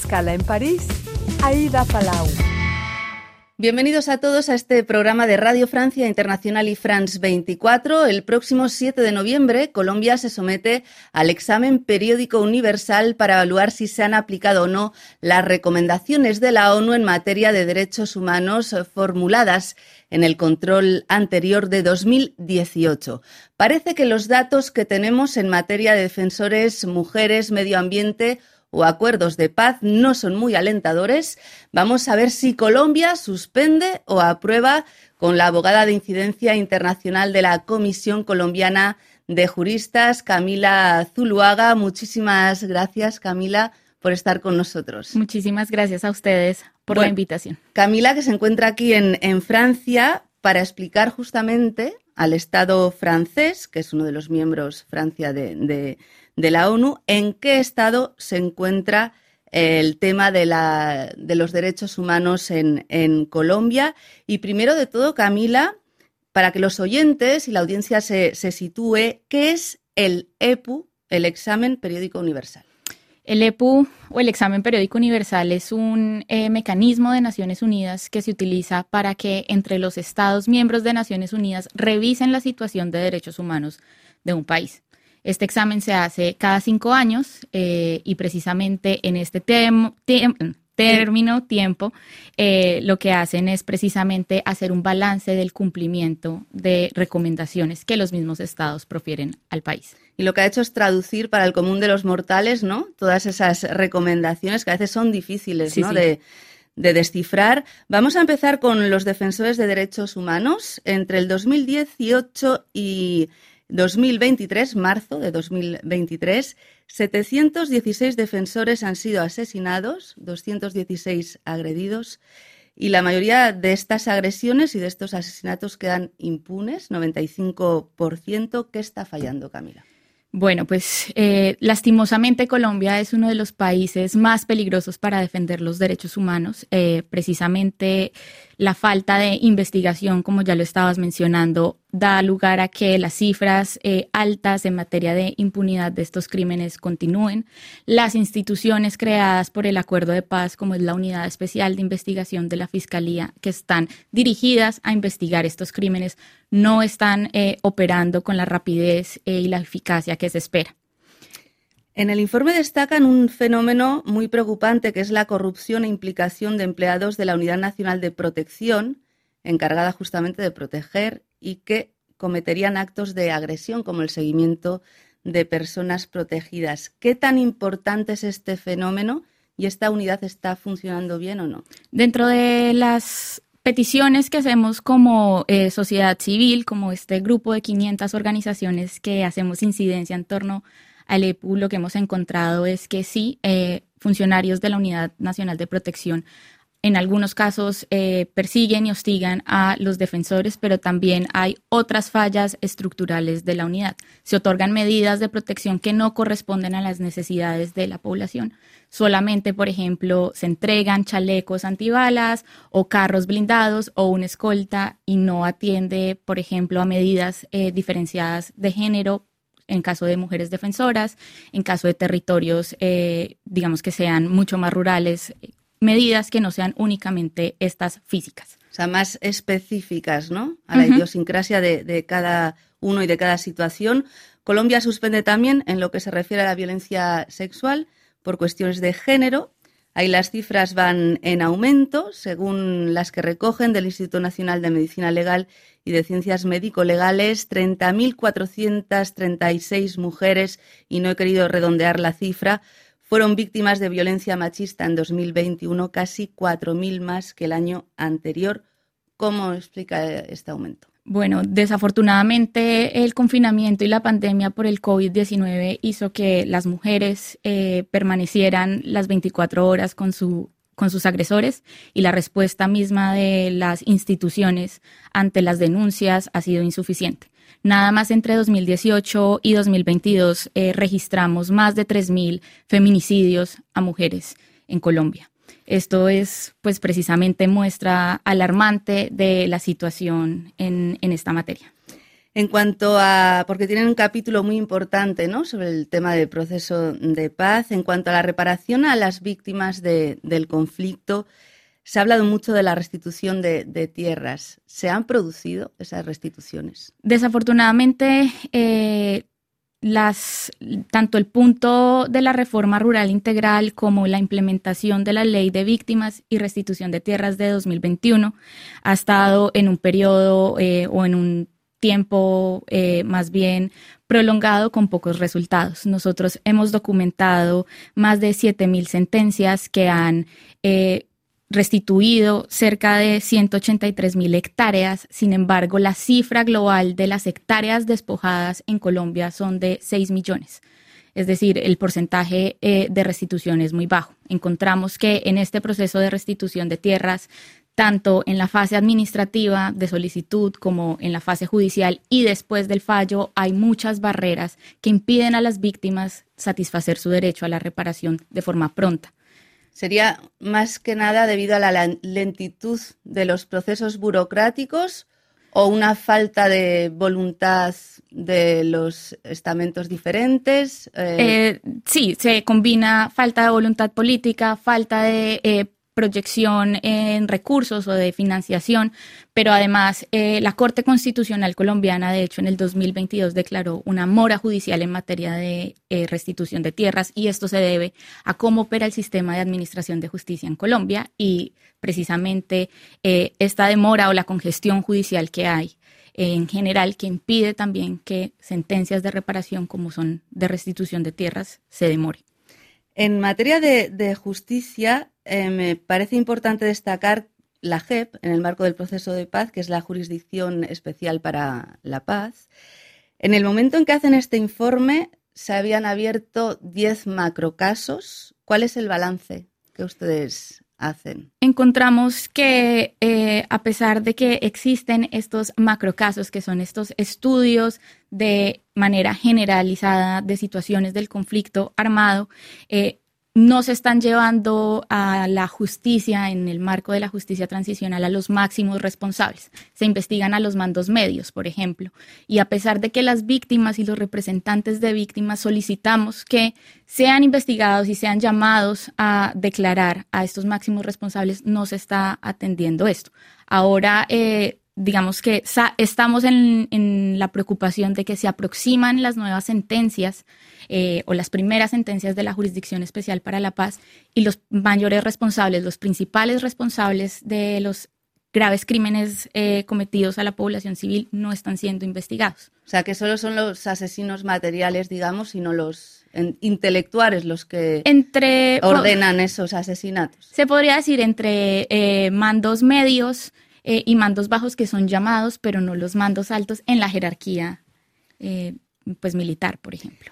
escala en París, Aida Palau. Bienvenidos a todos a este programa de Radio Francia Internacional y France 24. El próximo 7 de noviembre, Colombia se somete al examen periódico universal para evaluar si se han aplicado o no las recomendaciones de la ONU en materia de derechos humanos formuladas en el control anterior de 2018. Parece que los datos que tenemos en materia de defensores, mujeres, medio ambiente o acuerdos de paz no son muy alentadores. Vamos a ver si Colombia suspende o aprueba con la abogada de incidencia internacional de la Comisión Colombiana de Juristas, Camila Zuluaga. Muchísimas gracias, Camila, por estar con nosotros. Muchísimas gracias a ustedes por la invitación. Camila, que se encuentra aquí en Francia para explicar justamente al Estado francés, que es uno de los miembros, Francia, de la ONU, en qué estado se encuentra el tema de los derechos humanos en Colombia. Y primero de todo, Camila, para que los oyentes y la audiencia se sitúe, ¿qué es el EPU, el examen periódico universal? El EPU, o el examen periódico universal, es un mecanismo de Naciones Unidas que se utiliza para que entre los Estados miembros de Naciones Unidas revisen la situación de derechos humanos de un país. Este examen se hace cada 5 años y precisamente en este tiempo, lo que hacen es precisamente hacer un balance del cumplimiento de recomendaciones que los mismos estados profieren al país. Y lo que ha hecho es traducir para el común de los mortales, ¿no?, todas esas recomendaciones que a veces son difíciles, ¿no?, de descifrar. Vamos a empezar con los defensores de derechos humanos. Entre el 2018 y 2023, marzo de 2023, 716 defensores han sido asesinados, 216 agredidos, y la mayoría de estas agresiones y de estos asesinatos quedan impunes, 95%. ¿Qué está fallando, Camila? Bueno, pues lastimosamente Colombia es uno de los países más peligrosos para defender los derechos humanos. Precisamente la falta de investigación, como ya lo estabas mencionando, da lugar a que las cifras altas en materia de impunidad de estos crímenes continúen. Las instituciones creadas por el Acuerdo de Paz, como es la Unidad Especial de Investigación de la Fiscalía, que están dirigidas a investigar estos crímenes, no están operando con la rapidez y la eficacia que se espera. En el informe destacan un fenómeno muy preocupante, que es la corrupción e implicación de empleados de la Unidad Nacional de Protección, encargada justamente de proteger, y que cometerían actos de agresión como el seguimiento de personas protegidas. ¿Qué tan importante es este fenómeno y esta unidad está funcionando bien o no? Dentro de las peticiones que hacemos como sociedad civil, como este grupo de 500 organizaciones que hacemos incidencia en torno al EPU, lo que hemos encontrado es que sí, funcionarios de la Unidad Nacional de Protección en algunos casos persiguen y hostigan a los defensores, pero también hay otras fallas estructurales de la unidad. Se otorgan medidas de protección que no corresponden a las necesidades de la población. Solamente, por ejemplo, se entregan chalecos antibalas o carros blindados o una escolta y no atiende, por ejemplo, a medidas diferenciadas de género en caso de mujeres defensoras, en caso de territorios, digamos que sean mucho más rurales, medidas que no sean únicamente estas físicas. O sea, más específicas, ¿no?, a la idiosincrasia de cada uno y de cada situación. Colombia suspende también en lo que se refiere a la violencia sexual por cuestiones de género. Ahí las cifras van en aumento, según las que recogen del Instituto Nacional de Medicina Legal y de Ciencias Médico-Legales, 30.436 mujeres, y no he querido redondear la cifra, fueron víctimas de violencia machista en 2021, casi 4.000 más que el año anterior. ¿Cómo explica este aumento? Bueno, desafortunadamente el confinamiento y la pandemia por el COVID-19 hizo que las mujeres permanecieran las 24 horas con sus agresores, y la respuesta misma de las instituciones ante las denuncias ha sido insuficiente. Nada más entre 2018 y 2022 registramos más de 3.000 feminicidios a mujeres en Colombia. Esto es, pues, precisamente muestra alarmante de la situación en esta materia. En cuanto a, porque tienen un capítulo muy importante, ¿no?, sobre el tema del proceso de paz, en cuanto a la reparación a las víctimas del conflicto, se ha hablado mucho de la restitución de tierras. ¿Se han producido esas restituciones? Desafortunadamente, tanto el punto de la reforma rural integral como la implementación de la Ley de Víctimas y Restitución de Tierras de 2021 ha estado en un periodo o en un tiempo más bien prolongado con pocos resultados. Nosotros hemos documentado más de 7.000 sentencias que han restituido cerca de 183.000 hectáreas. Sin embargo, la cifra global de las hectáreas despojadas en Colombia son de 6 millones. Es decir, el porcentaje de restitución es muy bajo. Encontramos que en este proceso de restitución de tierras, tanto en la fase administrativa de solicitud como en la fase judicial y después del fallo, hay muchas barreras que impiden a las víctimas satisfacer su derecho a la reparación de forma pronta. ¿Sería más que nada debido a la lentitud de los procesos burocráticos o una falta de voluntad de los estamentos diferentes? Sí, se combina falta de voluntad política, falta de proyección en recursos o de financiación, pero además la Corte Constitucional colombiana, de hecho, en el 2022 declaró una mora judicial en materia de restitución de tierras, y esto se debe a cómo opera el sistema de administración de justicia en Colombia y precisamente esta demora o la congestión judicial que hay en general, que impide también que sentencias de reparación como son de restitución de tierras se demoren. En materia de justicia, me parece importante destacar la JEP, en el marco del proceso de paz, que es la Jurisdicción Especial para la Paz. En el momento en que hacen este informe, se habían abierto 10 macrocasos. ¿Cuál es el balance que ustedes hacen? Encontramos que a pesar de que existen estos macrocasos, que son estos estudios de manera generalizada de situaciones del conflicto armado, no se están llevando a la justicia, en el marco de la justicia transicional, a los máximos responsables. Se investigan a los mandos medios, por ejemplo. Y a pesar de que las víctimas y los representantes de víctimas solicitamos que sean investigados y sean llamados a declarar a estos máximos responsables, no se está atendiendo esto. Ahora, digamos que estamos en la preocupación de que se aproximan las nuevas sentencias o las primeras sentencias de la Jurisdicción Especial para la Paz, y los mayores responsables, los principales responsables de los graves crímenes cometidos a la población civil no están siendo investigados. O sea, que solo son los asesinos materiales, digamos, y no los intelectuales los que ordenan esos asesinatos. Se podría decir entre mandos medios y mandos bajos, que son llamados, pero no los mandos altos en la jerarquía pues militar, por ejemplo.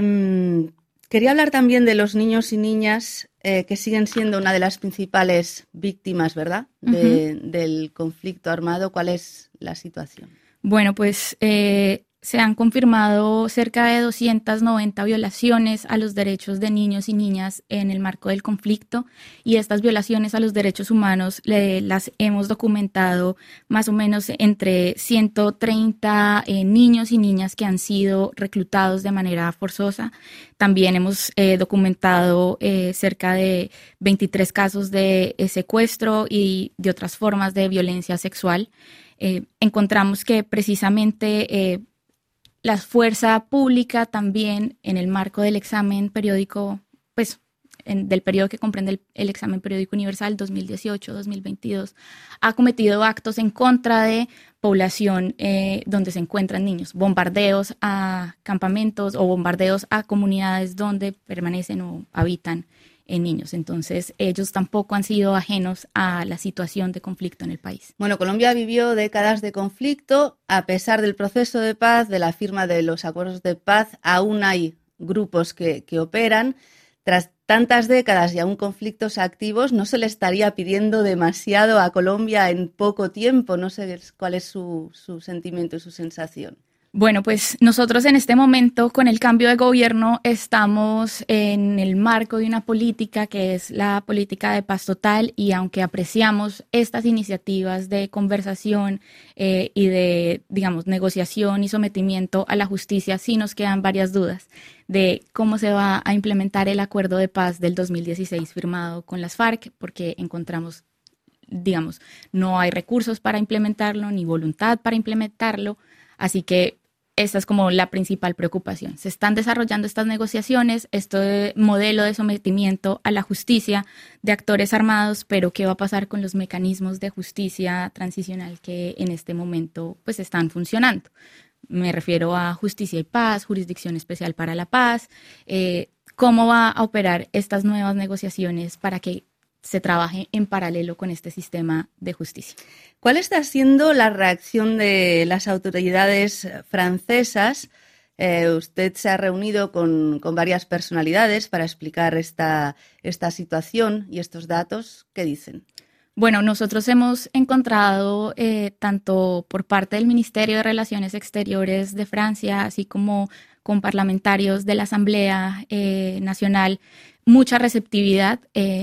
Quería hablar también de los niños y niñas que siguen siendo una de las principales víctimas, ¿verdad?, del conflicto armado. ¿Cuál es la situación? Bueno, pues se han confirmado cerca de 290 violaciones a los derechos de niños y niñas en el marco del conflicto, y estas violaciones a los derechos humanos las hemos documentado más o menos entre 130 niños y niñas que han sido reclutados de manera forzosa. También hemos documentado cerca de 23 casos de secuestro y de otras formas de violencia sexual. Encontramos que precisamente la fuerza pública también, en el marco del examen periódico, pues del periodo que comprende el examen periódico universal 2018-2022, ha cometido actos en contra de población donde se encuentran niños, bombardeos a campamentos o bombardeos a comunidades donde permanecen o habitan niños. Entonces, ellos tampoco han sido ajenos a la situación de conflicto en el país. Bueno, Colombia vivió décadas de conflicto. A pesar del proceso de paz, de la firma de los acuerdos de paz, aún hay grupos que operan. Tras tantas décadas y aún conflictos activos, ¿no se le estaría pidiendo demasiado a Colombia en poco tiempo? No sé cuál es su sentimiento y su sensación. Bueno, pues nosotros en este momento, con el cambio de gobierno, estamos en el marco de una política que es la política de paz total, y aunque apreciamos estas iniciativas de conversación y de, digamos, negociación y sometimiento a la justicia, sí nos quedan varias dudas de cómo se va a implementar el acuerdo de paz del 2016 firmado con las FARC, porque encontramos, digamos, no hay recursos para implementarlo ni voluntad para implementarlo. Así que esta es como la principal preocupación. Se están desarrollando estas negociaciones, este modelo de sometimiento a la justicia de actores armados, pero ¿qué va a pasar con los mecanismos de justicia transicional que en este momento pues están funcionando? Me refiero a justicia y paz, jurisdicción especial para la paz. ¿Cómo va a operar estas nuevas negociaciones para que se trabaje en paralelo con este sistema de justicia? ¿Cuál está siendo la reacción de las autoridades francesas? Usted se ha reunido con varias personalidades para explicar esta situación y estos datos. ¿Qué dicen? Bueno, nosotros hemos encontrado tanto por parte del Ministerio de Relaciones Exteriores de Francia, así como con parlamentarios de la Asamblea Nacional, mucha receptividad.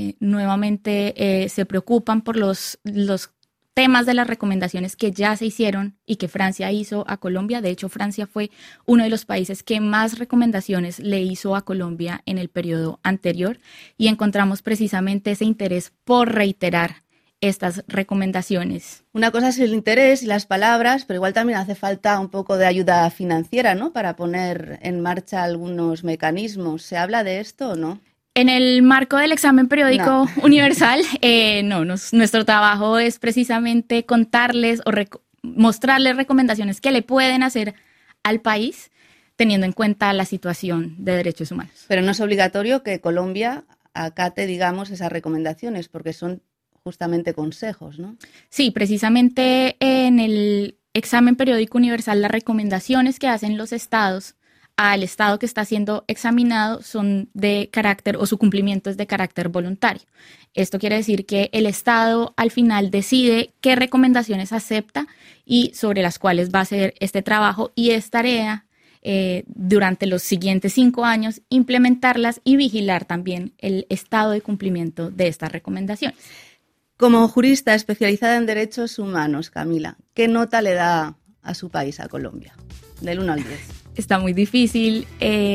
Nuevamente se preocupan por los temas de las recomendaciones que ya se hicieron y que Francia hizo a Colombia. De hecho, Francia fue uno de los países que más recomendaciones le hizo a Colombia en el periodo anterior, y encontramos precisamente ese interés por reiterar estas recomendaciones. Una cosa es el interés y las palabras, pero igual también hace falta un poco de ayuda financiera, ¿no?, para poner en marcha algunos mecanismos. ¿Se habla de esto o no? En el marco del examen periódico universal, nuestro trabajo es precisamente contarles o mostrarles recomendaciones que le pueden hacer al país teniendo en cuenta la situación de derechos humanos. Pero no es obligatorio que Colombia acate, digamos, esas recomendaciones, porque son justamente consejos, ¿no? Sí, precisamente en el examen periódico universal, las recomendaciones que hacen los estados al estado que está siendo examinado son de carácter, o su cumplimiento es de carácter voluntario. Esto quiere decir que el estado al final decide qué recomendaciones acepta y sobre las cuales va a hacer este trabajo, y es tarea durante los siguientes 5 años implementarlas y vigilar también el estado de cumplimiento de estas recomendaciones. Como jurista especializada en derechos humanos, Camila, ¿qué nota le da a su país, a Colombia, del 1 al 10? Está muy difícil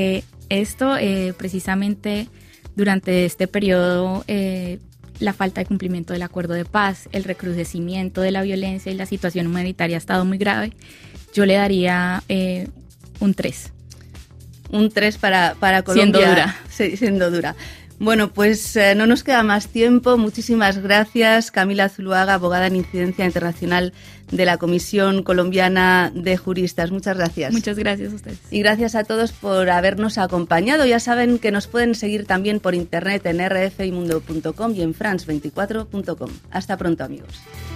esto, precisamente durante este periodo, la falta de cumplimiento del acuerdo de paz, el recrudecimiento de la violencia y la situación humanitaria ha estado muy grave. Yo le daría un 3. Un 3 para Colombia. Siendo dura. Sí, siendo dura. Bueno, pues no nos queda más tiempo. Muchísimas gracias, Camila Zuluaga, abogada en incidencia internacional de la Comisión Colombiana de Juristas. Muchas gracias. Muchas gracias a ustedes. Y gracias a todos por habernos acompañado. Ya saben que nos pueden seguir también por internet en rfimundo.com y en france24.com. Hasta pronto, amigos.